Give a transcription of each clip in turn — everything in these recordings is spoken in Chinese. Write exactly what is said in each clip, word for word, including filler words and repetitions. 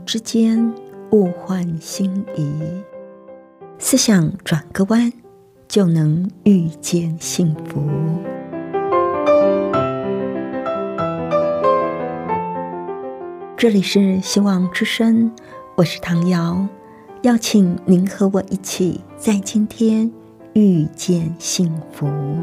之间，物换星移，思想转个弯，就能遇见幸福。这里是希望之声，我是唐瑶，邀请您和我一起在今天遇见幸福。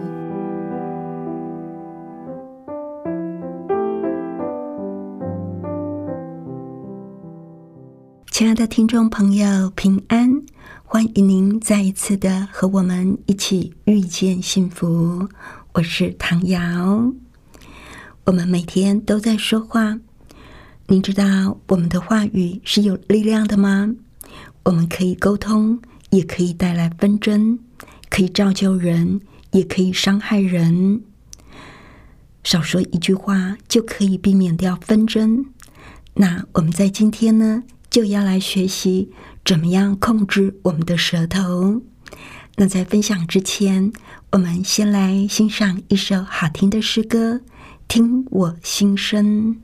亲爱的听众朋友，平安，欢迎您再一次的和我们一起遇见幸福。我是唐瑶。我们每天都在说话，您知道我们的话语是有力量的吗？我们可以沟通，也可以带来纷争，可以造就人，也可以伤害人。少说一句话就可以避免掉纷争。那我们在今天呢，就要来学习怎么样控制我们的舌头。那在分享之前，我们先来欣赏一首好听的诗歌，听我心声。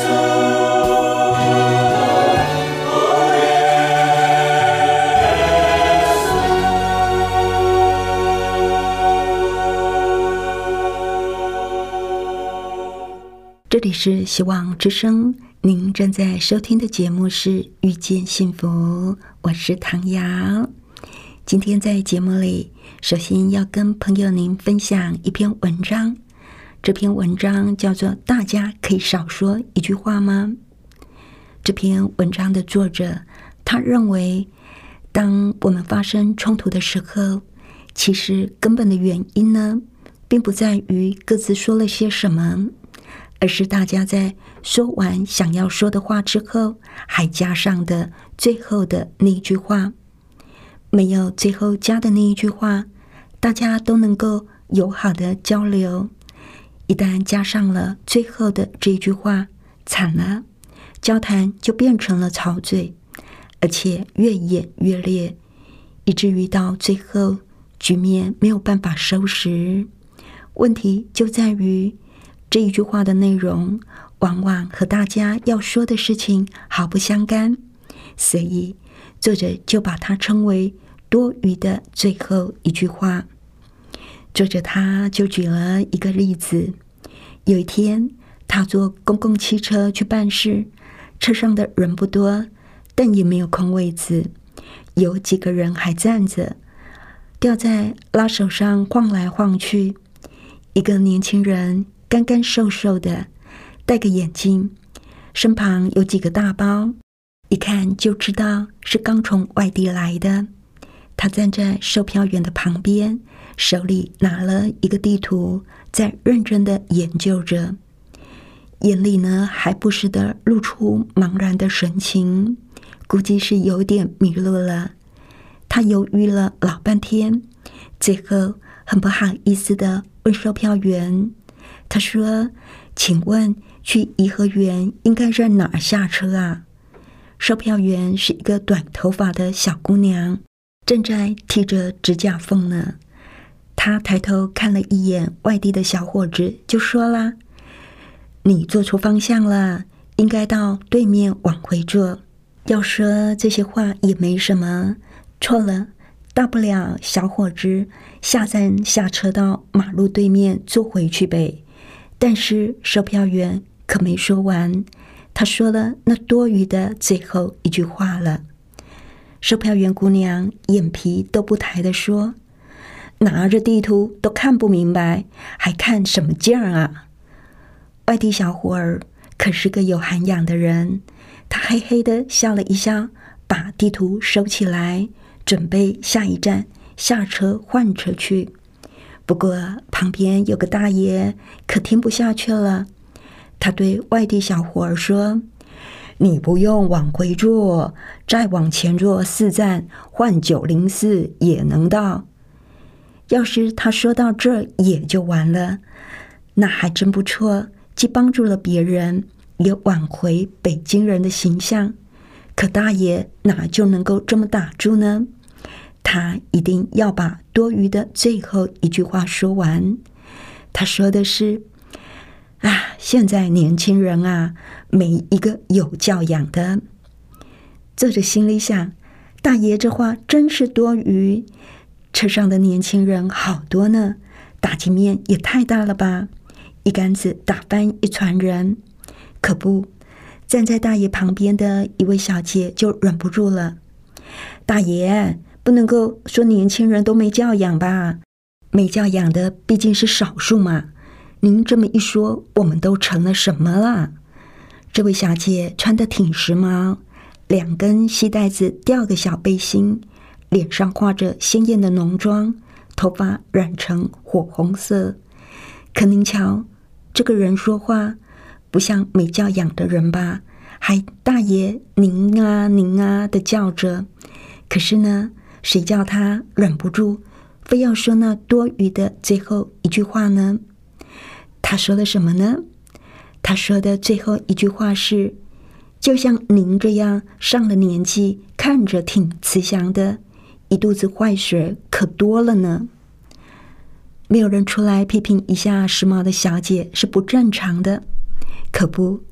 这里是希望之声，您正在收听的节目是遇见幸福，我是唐瑶。今天在节目里，首先要跟朋友您分享一篇文章，这篇文章叫做大家可以少说一句话吗？这篇文章的作者他认为，当我们发生冲突的时候，其实根本的原因呢，并不在于各自说了些什么，而是大家在说完想要说的话之后，还加上的最后的那一句话。没有最后加的那一句话，大家都能够友好的交流。一旦加上了最后的这一句话，惨了，交谈就变成了吵嘴，而且越演越烈，以至于到最后局面没有办法收拾。问题就在于这一句话的内容往往和大家要说的事情毫不相干，所以作者就把它称为多余的最后一句话。作者他就举了一个例子，有一天他坐公共汽车去办事，车上的人不多，但也没有空位子，有几个人还站着，吊在拉手上晃来晃去。一个年轻人干干瘦瘦的，戴个眼镜，身旁有几个大包，一看就知道是刚从外地来的。他站在售票员的旁边，手里拿了一个地图，在认真的研究着，眼里呢还不时的露出茫然的神情，估计是有点迷路了。他犹豫了老半天，最后很不好意思的问售票员，他说：请问去颐和园应该在哪儿下车啊？售票员是一个短头发的小姑娘，正在剃着指甲缝呢。她抬头看了一眼外地的小伙子，就说啦：你坐错方向了，应该到对面往回坐。要说这些话也没什么，错了，大不了小伙子下站下车到马路对面坐回去呗。但是售票员可没说完，他说了那多余的最后一句话了。售票员姑娘眼皮都不抬地说：拿着地图都看不明白，还看什么劲儿啊？外地小伙儿可是个有涵养的人，他嘿嘿地笑了一笑，把地图收起来，准备下一站下车换车去。不过旁边有个大爷可听不下去了，他对外地小伙儿说：你不用往回坐，再往前坐四站换九零四也能到。要是他说到这儿也就完了，那还真不错，既帮助了别人，也挽回北京人的形象。可大爷哪就能够这么打住呢？他一定要把多余的最后一句话说完。他说的是：啊，现在年轻人啊，没一个有教养的。作者心里想，大爷这话真是多余，车上的年轻人好多呢，打击面也太大了吧，一竿子打翻一船人。可不，站在大爷旁边的一位小姐就忍不住了：大爷，不能够说年轻人都没教养吧？没教养的毕竟是少数嘛，您这么一说，我们都成了什么了？这位小姐穿得挺时髦，两根细带子吊个小背心，脸上画着鲜艳的浓妆，头发染成火红色。可您瞧，这个人说话不像没教养的人吧，还大爷您啊您啊的叫着。可是呢，谁叫他忍不住非要说那多余的最后一句话呢？他说了什么呢？他说的最后一句话是：就像您这样上了年纪，看着挺慈祥的，一肚子坏水可多了呢。没有人出来批评一下时髦的小姐是不正常的，可不，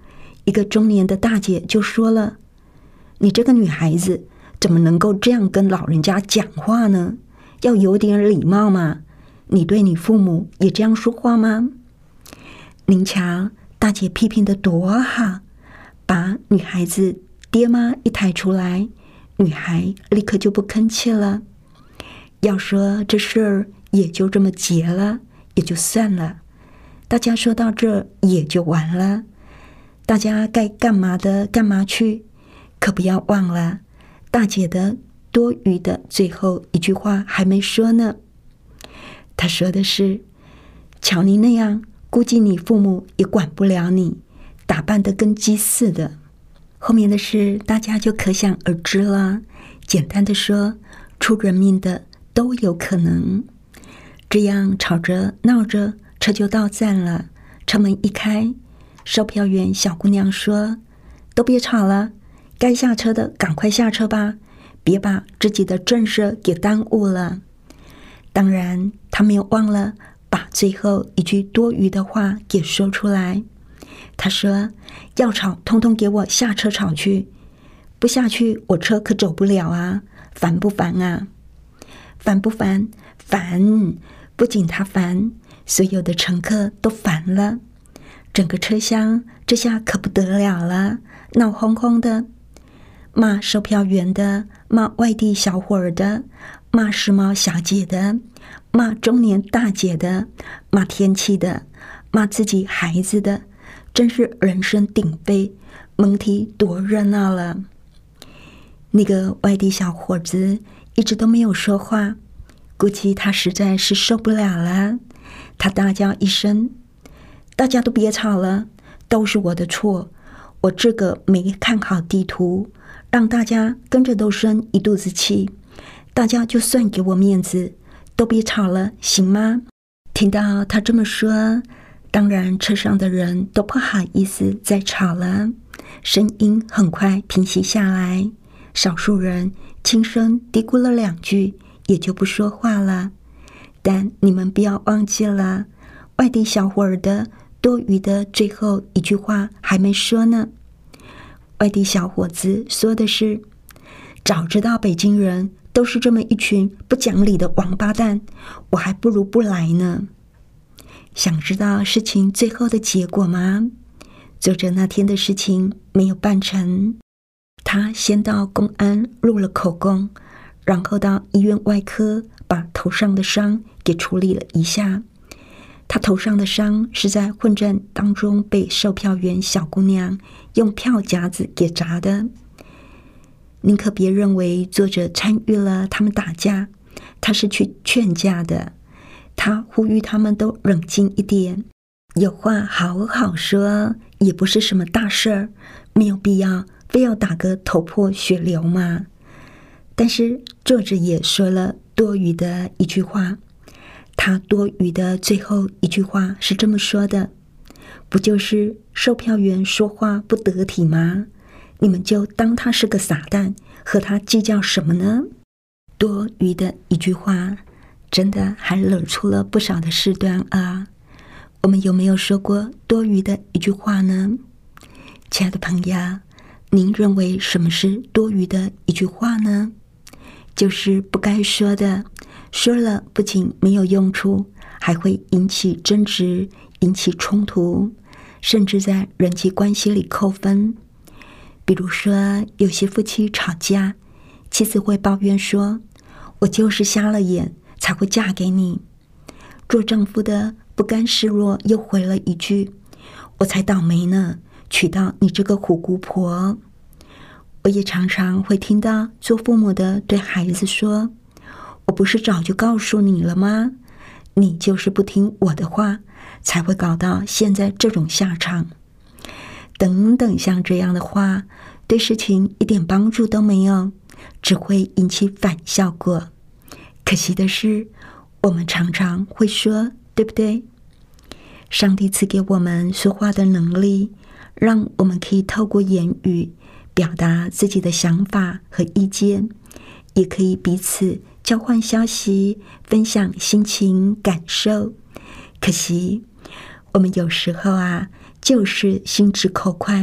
一个中年的大姐就说了：“你这个女孩子怎么能够这样跟老人家讲话呢？要有点礼貌嘛！你对你父母也这样说话吗？”您瞧，大姐批评的多好，把女孩子爹妈一抬出来，女孩立刻就不吭气了。要说这事儿也就这么结了，也就算了，大家说到这也就完了，大家该干嘛的干嘛去，可不要忘了大姐的多余的最后一句话还没说呢。她说的是：“瞧你那样，估计你父母也管不了你，打扮得跟鸡似的。”后面的事大家就可想而知了。简单的说，出人命的都有可能。这样吵着闹着，车就到站了。车门一开，售票员小姑娘说：“都别吵了，该下车的赶快下车吧，别把自己的正事给耽误了。”当然，她没有忘了把最后一句多余的话给说出来。她说：“要吵，通通给我下车吵去，不下去我车可走不了啊，烦不烦啊？”烦不烦？烦！不仅他烦，所有的乘客都烦了。整个车厢这下可不得了了，闹哄哄的，骂售票员的，骂外地小伙儿的，骂时髦小姐的，骂中年大姐的，骂天气的，骂自己孩子的，真是人声鼎沸，蒙提多热闹了。那个外地小伙子一直都没有说话，估计他实在是受不了了。他大叫一声：“大家都别吵了，都是我的错，我这个没看好地图，让大家跟着都生一肚子气，大家就算给我面子，都别吵了，行吗？”听到他这么说，当然车上的人都不好意思再吵了，声音很快平息下来，少数人轻声嘀咕了两句，也就不说话了。但你们不要忘记了，外地小伙儿的多余的最后一句话还没说呢。外地小伙子说的是：“早知道北京人都是这么一群不讲理的王八蛋，我还不如不来呢。”想知道事情最后的结果吗？作者那天的事情没有办成，他先到公安录了口供，然后到医院外科把头上的伤给处理了一下。他头上的伤是在混战当中被售票员小姑娘用票夹子给砸的。您可别认为作者参与了他们打架，他是去劝架的。他呼吁他们都冷静一点，有话好好说，也不是什么大事儿，没有必要非要打个头破血流嘛。但是作者也说了多余的一句话，他多余的最后一句话是这么说的：“不就是售票员说话不得体吗？你们就当他是个傻蛋，和他计较什么呢？”多余的一句话真的还惹出了不少的事端啊！我们有没有说过多余的一句话呢？亲爱的朋友，您认为什么是多余的一句话呢？就是不该说的，说了不仅没有用处，还会引起争执，引起冲突，甚至在人际关系里扣分。比如说，有些夫妻吵架，妻子会抱怨说：“我就是瞎了眼才会嫁给你。”做丈夫的不甘示弱，又回了一句：“我才倒霉呢，娶到你这个虎姑婆。”我也常常会听到做父母的对孩子说：“我不是早就告诉你了吗？你就是不听我的话，才会搞到现在这种下场。”等等，像这样的话，对事情一点帮助都没有，只会引起反效果。可惜的是，我们常常会说，对不对？上帝赐给我们说话的能力，让我们可以透过言语表达自己的想法和意见，也可以彼此交换消息，分享心情感受。可惜我们有时候啊，就是心直口快，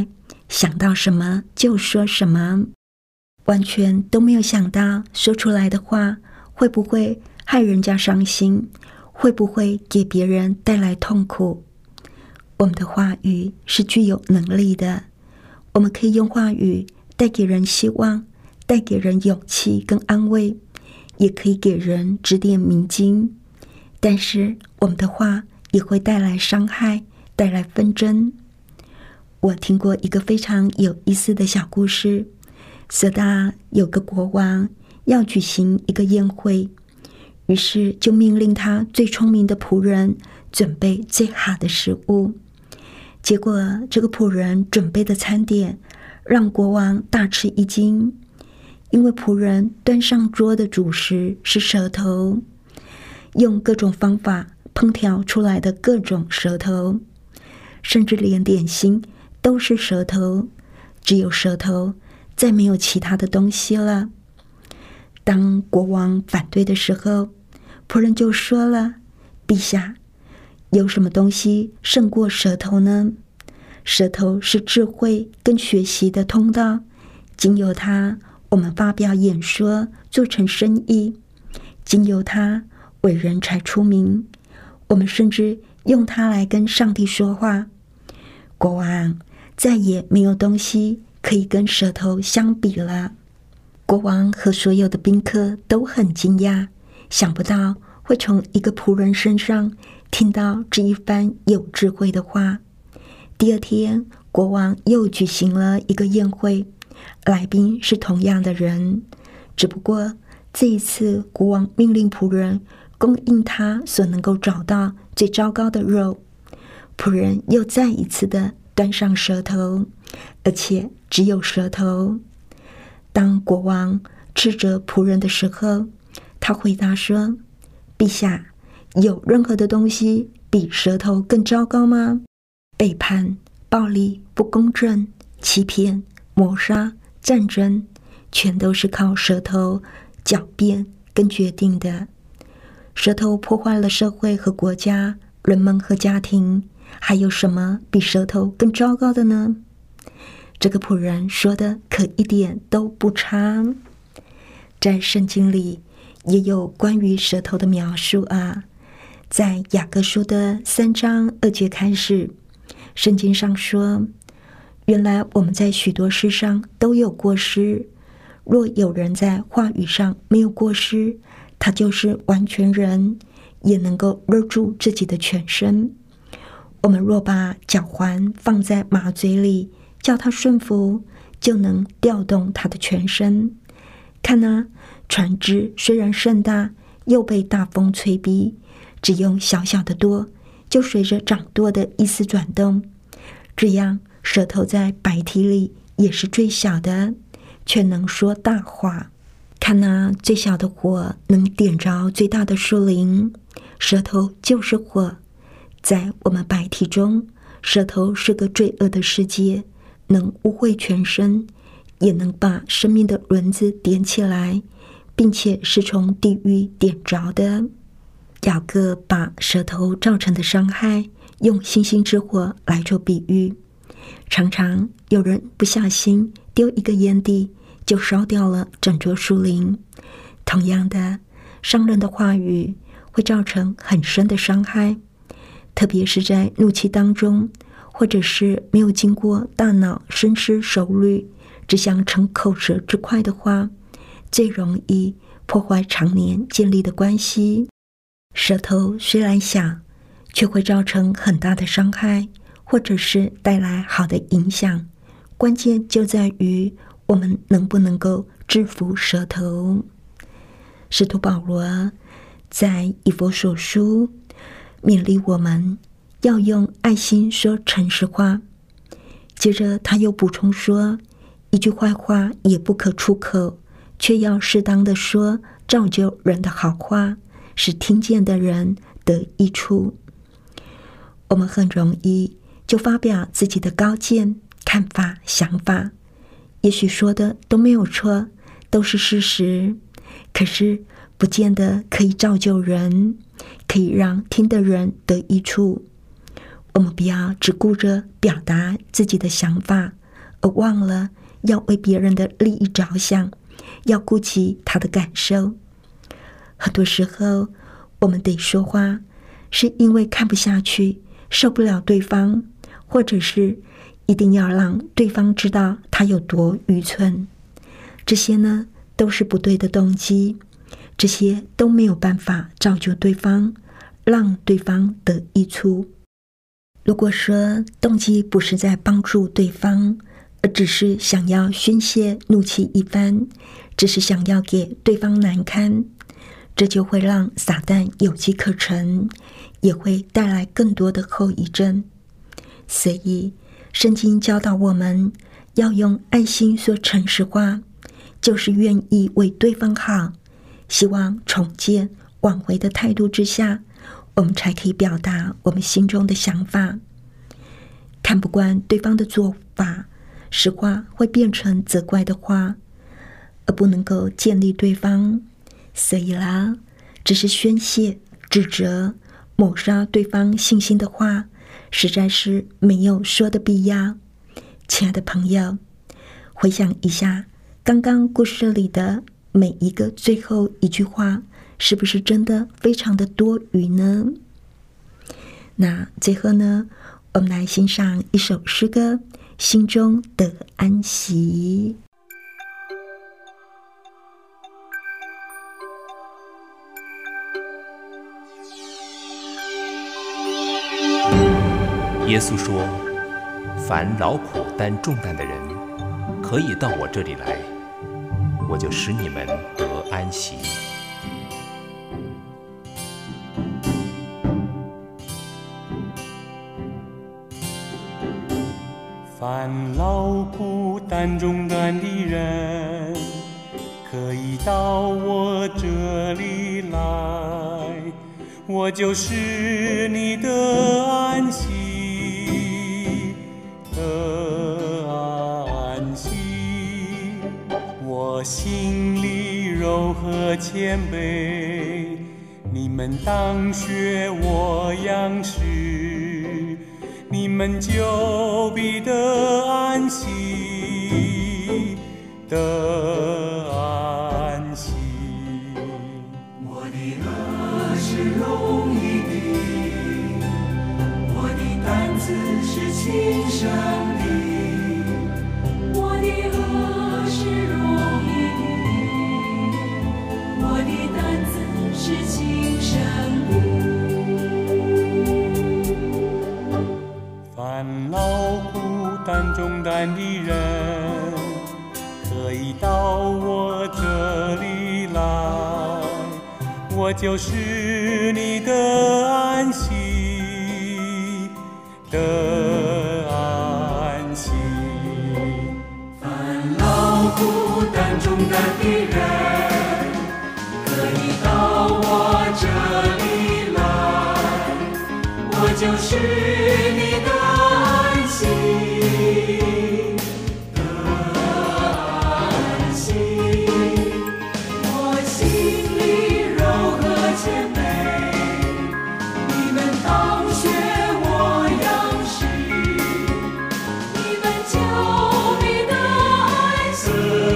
想到什么就说什么，完全都没有想到说出来的话会不会害人家伤心，会不会给别人带来痛苦。我们的话语是具有能力的，我们可以用话语带给人希望，带给人勇气跟安慰，也可以给人指点迷津。但是我们的话也会带来伤害，带来纷争。我听过一个非常有意思的小故事，说到有个国王要举行一个宴会，于是就命令他最聪明的仆人准备最好的食物。结果这个仆人准备的餐点让国王大吃一惊，因为仆人端上桌的主食是舌头，用各种方法烹调出来的各种舌头，甚至连点心都是舌头，只有舌头，再没有其他的东西了。当国王反对的时候，仆人就说了：陛下，有什么东西胜过舌头呢？舌头是智慧跟学习的通道，经由它，我们发表演说，做成生意；经由它，为人才出名。我们甚至用它来跟上帝说话。国王再也没有东西可以跟舌头相比了。国王和所有的宾客都很惊讶，想不到会从一个仆人身上听到这一番有智慧的话。第二天，国王又举行了一个宴会，来宾是同样的人，只不过这一次国王命令仆人供应他所能够找到最糟糕的肉。仆人又再一次的端上舌头，而且只有舌头。当国王斥责仆人的时候，他回答说：陛下，有任何的东西比舌头更糟糕吗？背叛、暴力、不公正、欺骗、谋杀、战争，全都是靠舌头狡辩跟决定的。舌头破坏了社会和国家，人们和家庭，还有什么比舌头更糟糕的呢？这个仆人说的可一点都不差。在圣经里也有关于舌头的描述啊，在雅各书的三章二节开始，圣经上说：原来我们在许多事上都有过失，若有人在话语上没有过失，他就是完全人，也能够勒住自己的全身。我们若把脚环放在马嘴里，叫它顺服，就能调动它的全身。看啊，船只虽然甚大，又被大风吹逼，只用小小的舵，就随着掌舵的意思转动。这样，舌头在百体里也是最小的，却能说大话。看啊，最小的火能点着最大的树林，舌头就是火。在我们百体中，舌头是个罪恶的世界，能污秽全身，也能把生命的轮子点起来，并且是从地狱点着的。雅各把舌头造成的伤害用星星之火来做比喻，常常有人不小心丢一个烟蒂，就烧掉了整座树林。同样的，伤人的话语会造成很深的伤害，特别是在怒气当中，或者是没有经过大脑深思熟虑，只想逞口舌之快的话，最容易破坏常年建立的关系。舌头虽然小，却会造成很大的伤害，或者是带来好的影响。关键就在于我们能不能够制服舌头。使徒保罗在以弗所书勉励我们要用爱心说诚实话，接着他又补充说，一句坏话也不可出口，却要适当的说造就人的好话，使听见的人得益处。我们很容易就发表自己的高见、看法、想法，也许说的都没有错，都是事实，可是不见得可以造就人，可以让听的人得益处。我们不要只顾着表达自己的想法， 而忘了要为别人的利益着想，要顾及他的感受。很多时候，我们得说话，是因为看不下去，受不了对方，或者是一定要让对方知道他有多愚蠢。这些呢，都是不对的动机，这些都没有办法造就对方，让对方得益处。如果说动机不是在帮助对方，而只是想要宣泄怒气一番，只是想要给对方难堪，这就会让撒旦有机可乘，也会带来更多的后遗症。所以圣经教导我们要用爱心说诚实话，就是愿意为对方好，希望重建挽回的态度之下，我们才可以表达我们心中的想法。看不惯对方的做法，实话会变成责怪的话，而不能够建立对方。所以啦，只是宣泄、指责、抹杀对方信心的话，实在是没有说的必要。亲爱的朋友，回想一下刚刚故事里的每一个最后一句话，是不是真的非常的多余呢？那最后呢，我们来欣赏一首诗歌《心中得安息》。 耶稣说：凡劳苦担重担的人，可以到我这里来，我就使你们得安息。 凡劳苦担重担的人，可以到我这里来，我就是你的安息，的安息。我心里柔和谦卑，你们当学我样式，你们就必得安息，得安息。 我的恶是容易的，我的担子是轻省的。我的恶是容易的，我的担子是轻省的。 凡劳苦担重担的人，可以到我这里来，我就是你的安息，的安息。 凡劳苦担重担的人，可以到我这里来，我就是你的安息，的安息。我心里柔和谦卑，你们当学我样式，你们就必得安息，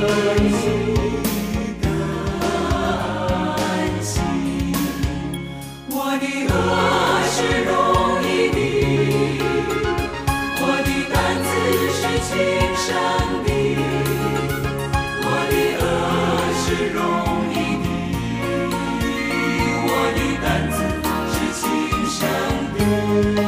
的安息。我的恶是容易的，我的担子是轻省的。我的恶是容易的，我的担子是轻省的。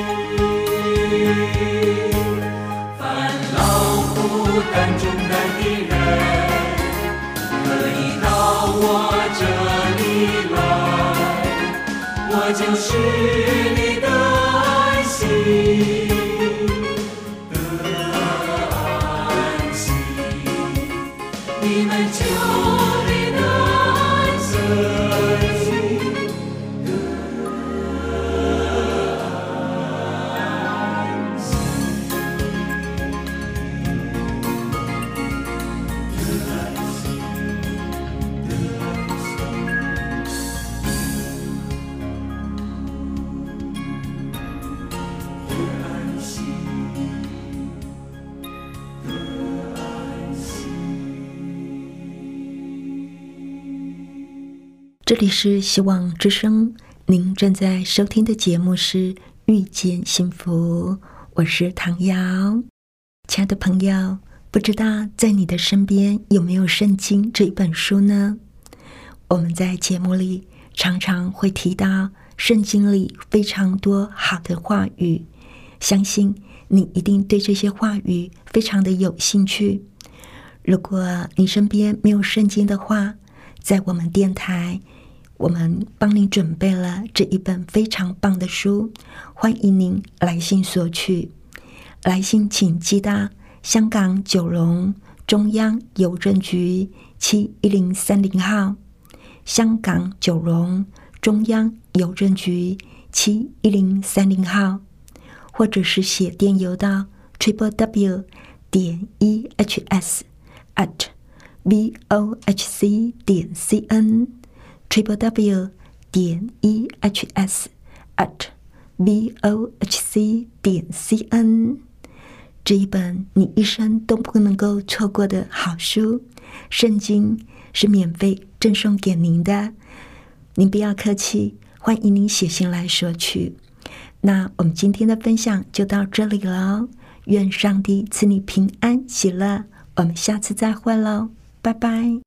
凡劳苦担重担的人，可以到我这里来，我就是你的安息，的安息。你们就必得安息，的安息。的安息，的这里是希望之声，您正在收听的节目是遇见幸福，我是唐瑶。亲爱的朋友，不知道在你的身边有没有圣经这一本书呢？我们在节目里常常会提到圣经里非常多好的话语，相信你一定对这些话语非常的有兴趣。如果你身边没有圣经的话，在我们电台我们帮您准备了这一本非常棒的书，欢迎您来信索取。来信请寄到香港九龙中央邮政局七一零三零号，香港九龙中央邮政局七一零三零号，或者是写电邮到 triple w 点 e h s at v o h c 点 c n triple w 点 e h s at v o h c 点 c n。 这一本你一生都不能够错过的好书，圣经是免费赠送给您的，您不要客气，欢迎您写信来索取。那我们今天的分享就到这里了，愿上帝赐你平安喜乐，我们下次再会喽，拜拜。